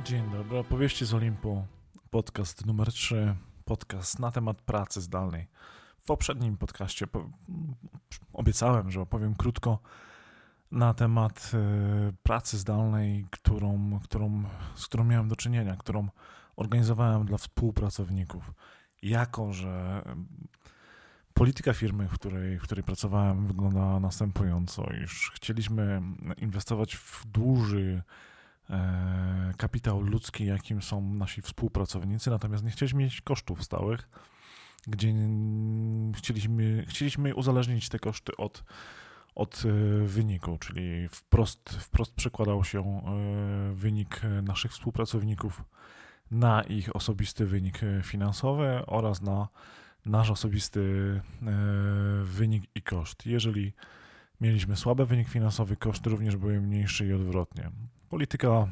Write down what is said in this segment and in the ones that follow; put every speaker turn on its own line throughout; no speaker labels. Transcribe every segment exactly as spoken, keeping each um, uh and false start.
Dzień dobry, opowieści z Olimpu, podcast numer trzy, podcast na temat pracy zdalnej. W poprzednim podcaście po, obiecałem, że opowiem krótko na temat y, pracy zdalnej, którą, którą, z którą miałem do czynienia, którą organizowałem dla współpracowników. Jako że polityka firmy, w której, w której pracowałem, wygląda następująco, iż chcieliśmy inwestować w duży kapitał ludzki, jakim są nasi współpracownicy, natomiast nie chcieliśmy mieć kosztów stałych, gdzie chcieliśmy, chcieliśmy uzależnić te koszty od, od wyniku, czyli wprost, wprost przekładał się wynik naszych współpracowników na ich osobisty wynik finansowy oraz na nasz osobisty wynik i koszt. Jeżeli mieliśmy słaby wynik finansowy, koszty również były mniejsze i odwrotnie. Polityka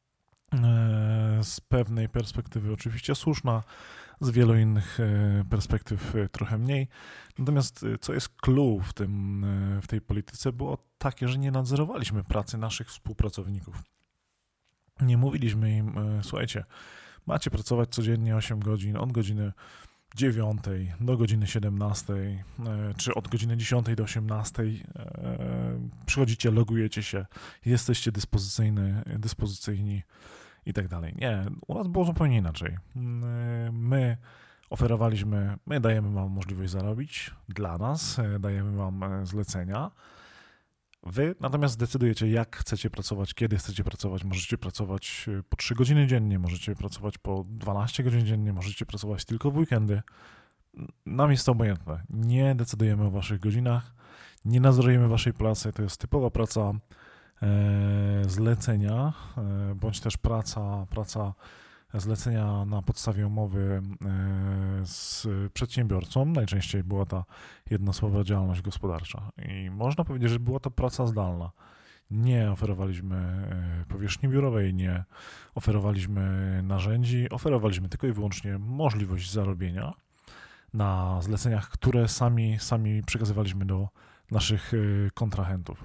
z pewnej perspektywy oczywiście słuszna, z wielu innych perspektyw trochę mniej. Natomiast co jest clue w, tym, w tej polityce było takie, że nie nadzorowaliśmy pracy naszych współpracowników. Nie mówiliśmy im, słuchajcie, macie pracować codziennie osiem godzin, od godziny dziewiątej do godziny siedemnastej, czy od godziny dziesiątej do osiemnastej przychodzicie, logujecie się, jesteście dyspozycyjni, dyspozycyjni i tak dalej. Nie, u nas było zupełnie inaczej. My oferowaliśmy, my dajemy wam możliwość zarobić dla nas, dajemy wam zlecenia. Wy natomiast decydujecie, jak chcecie pracować, kiedy chcecie pracować. Możecie pracować po trzy godziny dziennie, możecie pracować po dwanaście godzin dziennie, możecie pracować tylko w weekendy. Nam jest to obojętne. Nie decydujemy o waszych godzinach, nie nadzorujemy waszej pracy. To jest typowa praca e, zlecenia, e, bądź też praca, praca zlecenia na podstawie umowy z przedsiębiorcą. Najczęściej była ta jednoosobowa działalność gospodarcza i można powiedzieć, że była to praca zdalna. Nie oferowaliśmy powierzchni biurowej, nie oferowaliśmy narzędzi, oferowaliśmy tylko i wyłącznie możliwość zarobienia na zleceniach, które sami, sami przekazywaliśmy do naszych kontrahentów.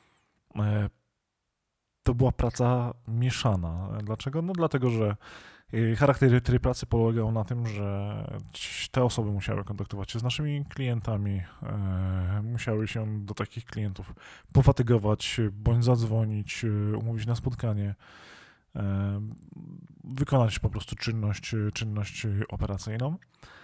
To była praca mieszana. Dlaczego? No dlatego, że charakter tej pracy polegał na tym, że te osoby musiały kontaktować się z naszymi klientami, e, musiały się do takich klientów pofatygować, bądź zadzwonić, umówić na spotkanie, e, wykonać po prostu czynność, czynność operacyjną.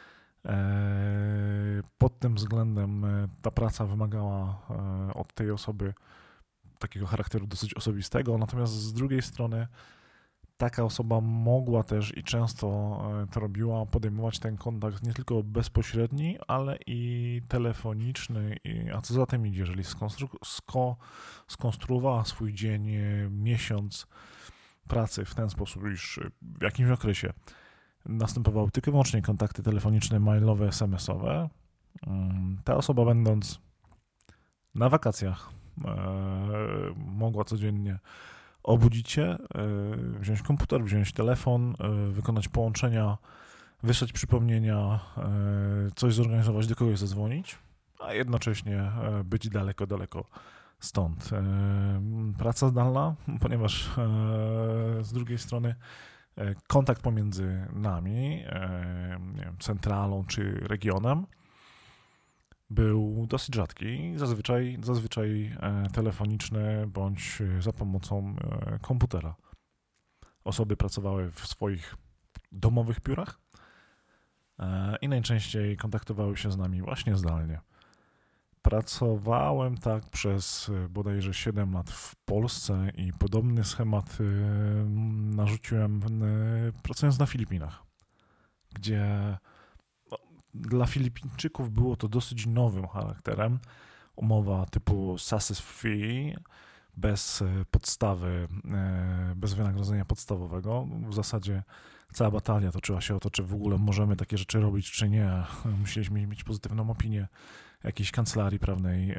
E, pod tym względem ta praca wymagała e, od tej osoby takiego charakteru dosyć osobistego, natomiast z drugiej strony taka osoba mogła też i często to robiła, podejmować ten kontakt nie tylko bezpośredni, ale i telefoniczny, a co za tym idzie, jeżeli skonstru- sko- skonstruowała swój dzień, miesiąc pracy w ten sposób, iż w jakimś okresie następowały tylko i wyłącznie kontakty telefoniczne, mailowe, es em esowe, ta osoba będąc na wakacjach mogła codziennie obudzić się, wziąć komputer, wziąć telefon, wykonać połączenia, wysłać przypomnienia, coś zorganizować, do kogoś zadzwonić, a jednocześnie być daleko, daleko stąd. Praca zdalna, ponieważ z drugiej strony kontakt pomiędzy nami, nie wiem, centralą czy regionem, był dosyć rzadki, zazwyczaj, zazwyczaj telefoniczny bądź za pomocą komputera. Osoby pracowały w swoich domowych biurach i najczęściej kontaktowały się z nami właśnie zdalnie. Pracowałem tak przez bodajże siedem lat w Polsce i podobny schemat narzuciłem pracując na Filipinach, gdzie dla Filipińczyków było to dosyć nowym charakterem. Umowa typu success fee, bez podstawy, bez wynagrodzenia podstawowego. W zasadzie cała batalia toczyła się o to, czy w ogóle możemy takie rzeczy robić, czy nie. Musieliśmy mieć pozytywną opinię jakiejś kancelarii prawnej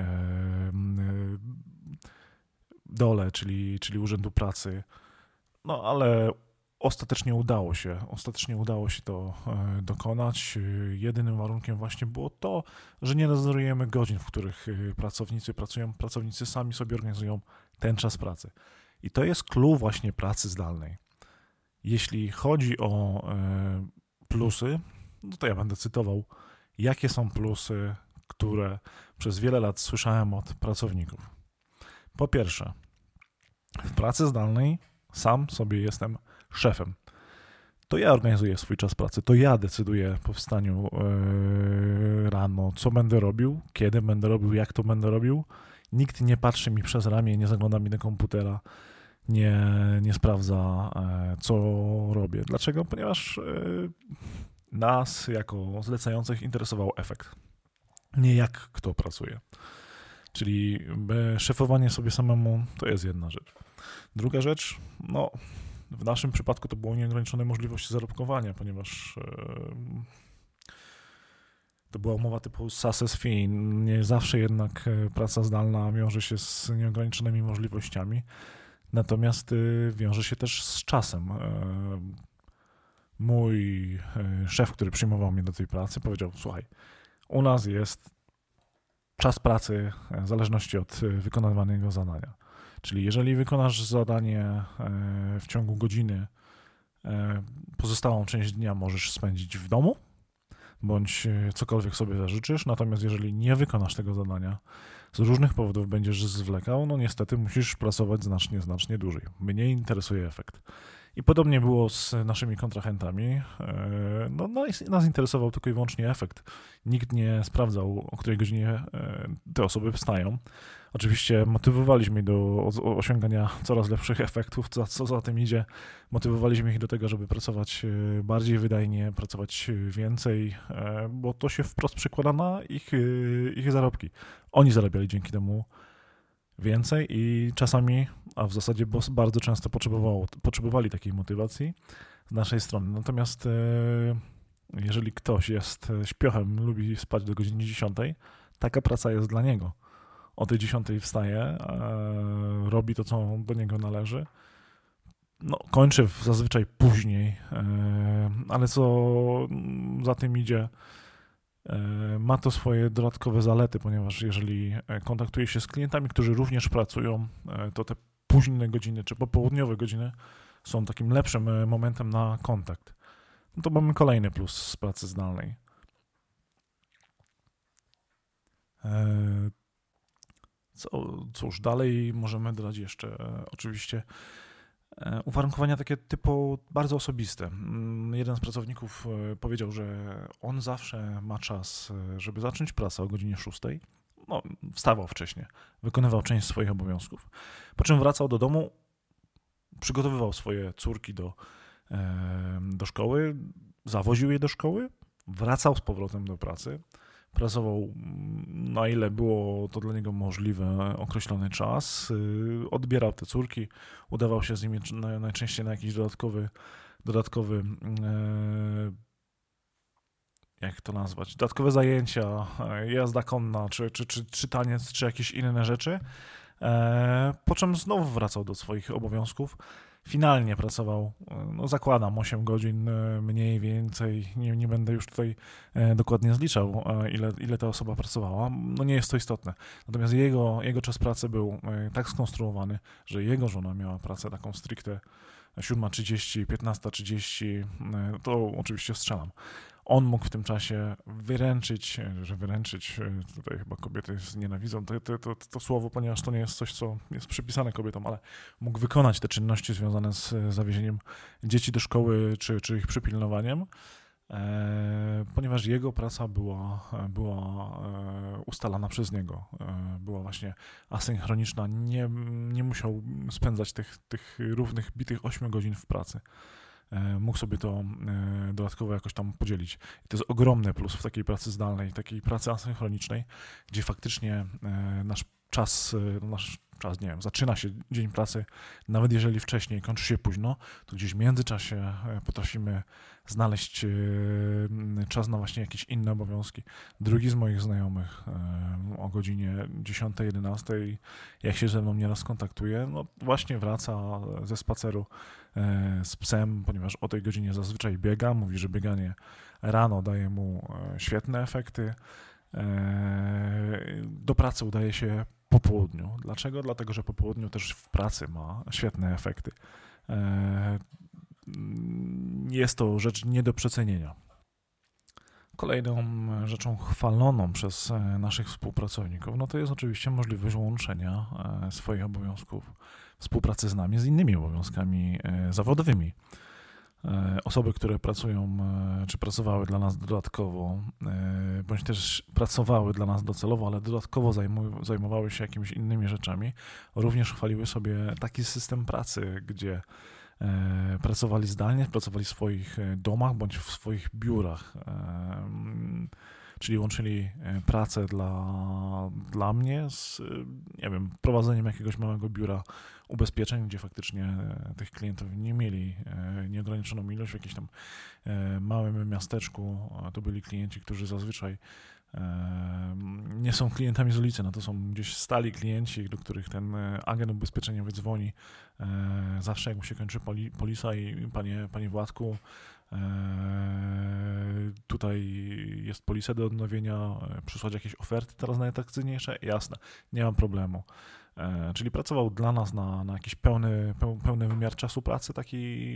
dole, czyli, czyli Urzędu Pracy. No ale Ostatecznie udało się, ostatecznie udało się to e, dokonać. Jedynym warunkiem właśnie było to, że nie nadzorujemy godzin, w których pracownicy pracują. Pracownicy sami sobie organizują ten czas pracy. I to jest clue właśnie pracy zdalnej. Jeśli chodzi o plusy, no to ja będę cytował, jakie są plusy, które przez wiele lat słyszałem od pracowników. Po pierwsze, w pracy zdalnej sam sobie jestem szefem. To ja organizuję swój czas pracy, to ja decyduję po wstaniu yy, rano, co będę robił, kiedy będę robił, jak to będę robił. Nikt nie patrzy mi przez ramię, nie zagląda mi do komputera, nie, nie sprawdza, yy, co robię. Dlaczego? Ponieważ yy, nas jako zlecających interesował efekt, nie jak kto pracuje. Czyli szefowanie sobie samemu to jest jedna rzecz. Druga rzecz, no w naszym przypadku to było nieograniczone możliwości zarobkowania, ponieważ yy, to była umowa typu success fee. Nie zawsze jednak praca zdalna wiąże się z nieograniczonymi możliwościami, natomiast yy, wiąże się też z czasem. Yy, mój yy, szef, który przyjmował mnie do tej pracy, powiedział: słuchaj, u nas jest czas pracy w zależności od wykonywanego zadania. Czyli jeżeli wykonasz zadanie w ciągu godziny, pozostałą część dnia możesz spędzić w domu, bądź cokolwiek sobie zażyczysz, natomiast jeżeli nie wykonasz tego zadania, z różnych powodów będziesz zwlekał, no niestety musisz pracować znacznie, znacznie dłużej. Mnie interesuje efekt. I podobnie było z naszymi kontrahentami. No, nas interesował tylko i wyłącznie efekt. Nikt nie sprawdzał, o której godzinie te osoby wstają. Oczywiście motywowaliśmy ich do osiągania coraz lepszych efektów, co, co za tym idzie. Motywowaliśmy ich do tego, żeby pracować bardziej wydajnie, pracować więcej, bo to się wprost przekłada na ich, ich zarobki. Oni zarabiali dzięki temu więcej i czasami, a w zasadzie bardzo często potrzebowało, potrzebowali takiej motywacji z naszej strony. Natomiast jeżeli ktoś jest śpiochem, lubi spać do godziny dziesiątej, taka praca jest dla niego. O tej dziesiątej wstaje, robi to, co do niego należy. No, kończy zazwyczaj później, ale co za tym idzie, ma to swoje dodatkowe zalety, ponieważ jeżeli kontaktuje się z klientami, którzy również pracują, to te późne godziny czy popołudniowe godziny są takim lepszym momentem na kontakt. No to mamy kolejny plus z pracy zdalnej. Co, cóż, dalej możemy dodać jeszcze oczywiście uwarunkowania takie typu bardzo osobiste. Jeden z pracowników powiedział, że on zawsze ma czas, żeby zacząć pracę o godzinie szóstej. No, wstawał wcześniej, wykonywał część swoich obowiązków, po czym wracał do domu, przygotowywał swoje córki do, do szkoły, zawoził je do szkoły, wracał z powrotem do pracy, pracował na ile było to dla niego możliwe określony czas, odbierał te córki, udawał się z nimi najczęściej na jakiś dodatkowy, dodatkowy jak to nazwać, dodatkowe zajęcia, jazda konna, czy, czy, czy, czy taniec, czy jakieś inne rzeczy, po czym znowu wracał do swoich obowiązków. Finalnie pracował, no zakładam, osiem godzin mniej więcej, nie, nie będę już tutaj dokładnie zliczał, ile, ile ta osoba pracowała, no nie jest to istotne. Natomiast jego, jego czas pracy był tak skonstruowany, że jego żona miała pracę taką stricte siódma trzydzieści, piętnasta trzydzieści, to oczywiście strzelam. On mógł w tym czasie wyręczyć, że wyręczyć, tutaj chyba kobiety nienawidzą to, to, to, to słowo, ponieważ to nie jest coś, co jest przypisane kobietom, ale mógł wykonać te czynności związane z zawiezieniem dzieci do szkoły, czy, czy ich przypilnowaniem, e, ponieważ jego praca była, była e, ustalana przez niego, e, była właśnie asynchroniczna, nie, nie musiał spędzać tych, tych równych, bitych ośmiu godzin w pracy. Mógł sobie to dodatkowo jakoś tam podzielić. I to jest ogromny plus w takiej pracy zdalnej, takiej pracy asynchronicznej, gdzie faktycznie nasz czas, nasz czas, nie wiem, zaczyna się dzień pracy, nawet jeżeli wcześniej, kończy się późno, to gdzieś w międzyczasie potrafimy znaleźć czas na właśnie jakieś inne obowiązki. Drugi z moich znajomych o godzinie dziesiątej, jedenastej, jak się ze mną nieraz kontaktuje, no właśnie wraca ze spaceru z psem, ponieważ o tej godzinie zazwyczaj biega, mówi, że bieganie rano daje mu świetne efekty. Do pracy udaje się po południu. Dlaczego? Dlatego, że po południu też w pracy ma świetne efekty. jest to rzecz nie do przecenienia. Kolejną rzeczą chwaloną przez naszych współpracowników, no to jest oczywiście możliwość łączenia swoich obowiązków współpracy z nami z innymi obowiązkami zawodowymi. Osoby, które pracują, czy pracowały dla nas dodatkowo, bądź też pracowały dla nas docelowo, ale dodatkowo zajmowały się jakimiś innymi rzeczami, również chwaliły sobie taki system pracy, gdzie pracowali zdalnie, pracowali w swoich domach bądź w swoich biurach, czyli łączyli pracę dla, dla mnie z, nie wiem, prowadzeniem jakiegoś małego biura ubezpieczeń, gdzie faktycznie tych klientów nie mieli nieograniczoną ilość w jakimś tam małym miasteczku. To byli klienci, którzy zazwyczaj nie są klientami z ulicy, no to są gdzieś stali klienci, do których ten agent ubezpieczeniowy dzwoni zawsze, jak mu się kończy poli, polisa i panie, panie Władku, tutaj jest polisa do odnowienia, przysłać jakieś oferty teraz najatrakcyjniejsze? Jasne, nie mam problemu. Czyli pracował dla nas na, na jakiś pełny, pełny wymiar czasu pracy, taki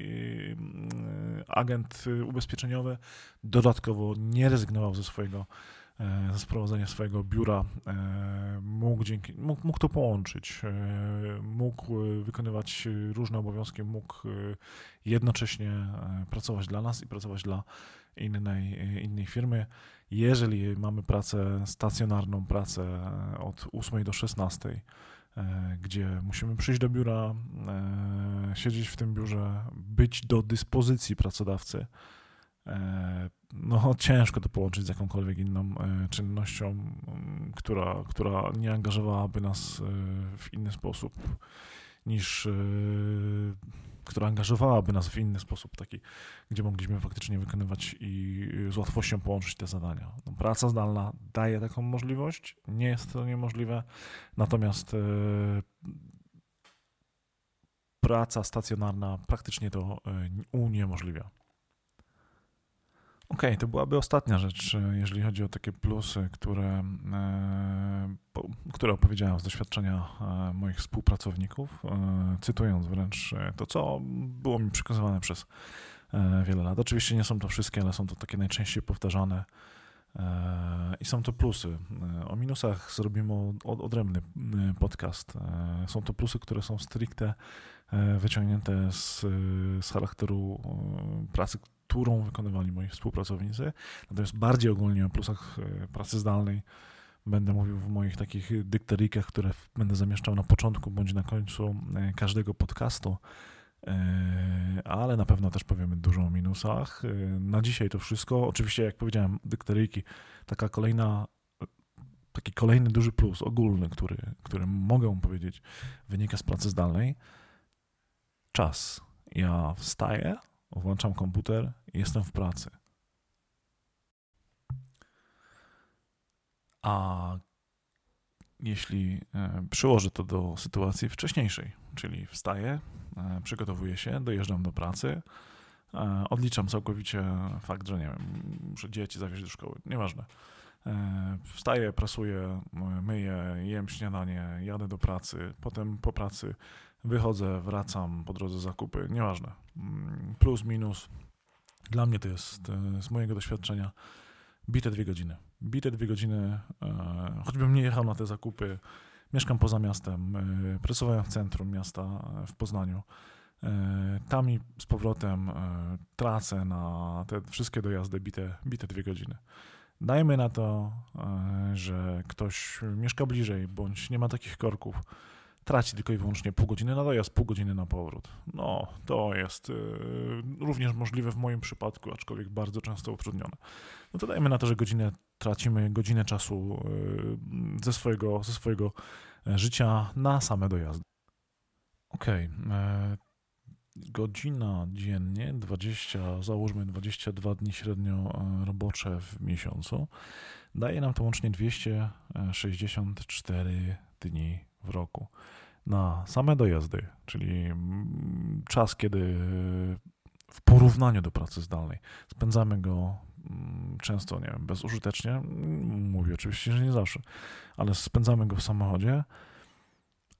agent ubezpieczeniowy. Dodatkowo nie rezygnował ze swojego, ze sprowadzenia swojego biura, mógł, dzięki, mógł, mógł to połączyć, mógł wykonywać różne obowiązki, mógł jednocześnie pracować dla nas i pracować dla innej, innej firmy. Jeżeli mamy pracę stacjonarną, pracę od ósmej do szesnastej, gdzie musimy przyjść do biura, siedzieć w tym biurze, być do dyspozycji pracodawcy, no ciężko to połączyć z jakąkolwiek inną czynnością, która, która nie angażowałaby nas w inny sposób niż, która angażowałaby nas w inny sposób, taki, gdzie mogliśmy faktycznie wykonywać i z łatwością połączyć te zadania. No, praca zdalna daje taką możliwość, nie jest to niemożliwe, natomiast praca stacjonarna praktycznie to uniemożliwia. Okej, okay, to byłaby ostatnia rzecz, jeżeli chodzi o takie plusy, które, które opowiedziałem z doświadczenia moich współpracowników, cytując wręcz to, co było mi przekazywane przez wiele lat. Oczywiście nie są to wszystkie, ale są to takie najczęściej powtarzane i są to plusy. O minusach zrobimy odrębny podcast. Są to plusy, które są stricte wyciągnięte z, z charakteru pracy, którą wykonywali moi współpracownicy. Natomiast bardziej ogólnie o plusach pracy zdalnej będę mówił w moich takich dykterikach, które będę zamieszczał na początku bądź na końcu każdego podcastu, ale na pewno też powiemy dużo o minusach. Na dzisiaj to wszystko. Oczywiście, jak powiedziałem, dykteryjki, taka kolejna, taki kolejny duży plus ogólny, który, który mogę powiedzieć, wynika z pracy zdalnej. Czas. Ja wstaję, włączam komputer i jestem w pracy. A jeśli przyłożę to do sytuacji wcześniejszej, czyli wstaję, przygotowuję się, dojeżdżam do pracy, odliczam całkowicie fakt, że nie wiem, muszę dzieci zawieźć do szkoły, nieważne. Wstaję, prasuję, myję, jem śniadanie, jadę do pracy, potem po pracy wychodzę, wracam, po drodze zakupy, nieważne. Plus, minus. Dla mnie to jest z mojego doświadczenia bite dwie godziny. Bite dwie godziny, choćbym nie jechał na te zakupy, mieszkam poza miastem, pracowałem w centrum miasta w Poznaniu. Tam i z powrotem tracę na te wszystkie dojazdy bite, bite dwie godziny. Dajmy na to, że ktoś mieszka bliżej, bądź nie ma takich korków, traci tylko i wyłącznie pół godziny na dojazd, pół godziny na powrót. No, to jest y, również możliwe w moim przypadku, aczkolwiek bardzo często utrudnione. No to dajmy na to, że godzinę tracimy, godzinę czasu y, ze swojego, ze swojego życia na same dojazdy. Okej, okay. Godzina dziennie, dwadzieścia, załóżmy dwadzieścia dwa dni średnio robocze w miesiącu, daje nam to łącznie dwieście sześćdziesiąt cztery dni w roku na same dojazdy, czyli czas, kiedy w porównaniu do pracy zdalnej spędzamy go często, nie wiem, bezużytecznie, mówię oczywiście, że nie zawsze, ale spędzamy go w samochodzie,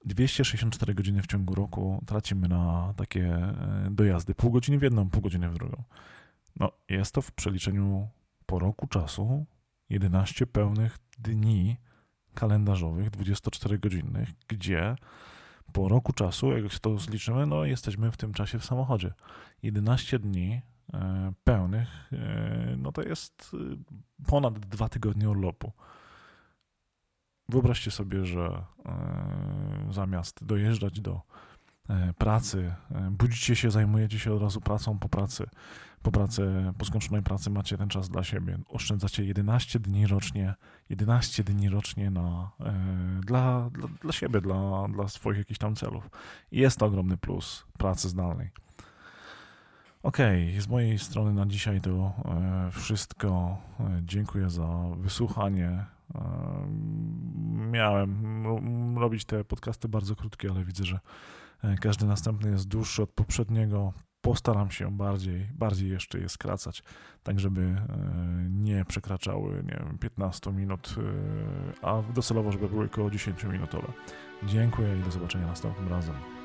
dwieście sześćdziesiąt cztery godziny w ciągu roku tracimy na takie dojazdy. Pół godziny w jedną, pół godziny w drugą. No, jest to w przeliczeniu po roku czasu jedenaście pełnych dni kalendarzowych, dwudziestoczterogodzinnych, gdzie po roku czasu, jak to zliczymy, no jesteśmy w tym czasie w samochodzie. jedenaście dni e, pełnych, e, no to jest ponad dwa tygodnie urlopu. Wyobraźcie sobie, że e, zamiast dojeżdżać do e, pracy, e, budzicie się, zajmujecie się od razu pracą po pracy, po pracy, po skończonej pracy macie ten czas dla siebie. Oszczędzacie jedenaście dni rocznie, jedenaście dni rocznie na, e, dla, dla, dla siebie, dla, dla swoich jakichś tam celów. I jest to ogromny plus pracy zdalnej. Okej, okay, z mojej strony na dzisiaj to e, wszystko. E, dziękuję za wysłuchanie. E, miałem r- robić te podcasty bardzo krótkie, ale widzę, że każdy następny jest dłuższy od poprzedniego. Postaram się bardziej, bardziej jeszcze je skracać, tak żeby nie przekraczały, nie wiem, piętnaście minut, a docelowo, żeby były około dziesięć minutowe. Dziękuję i do zobaczenia następnym razem.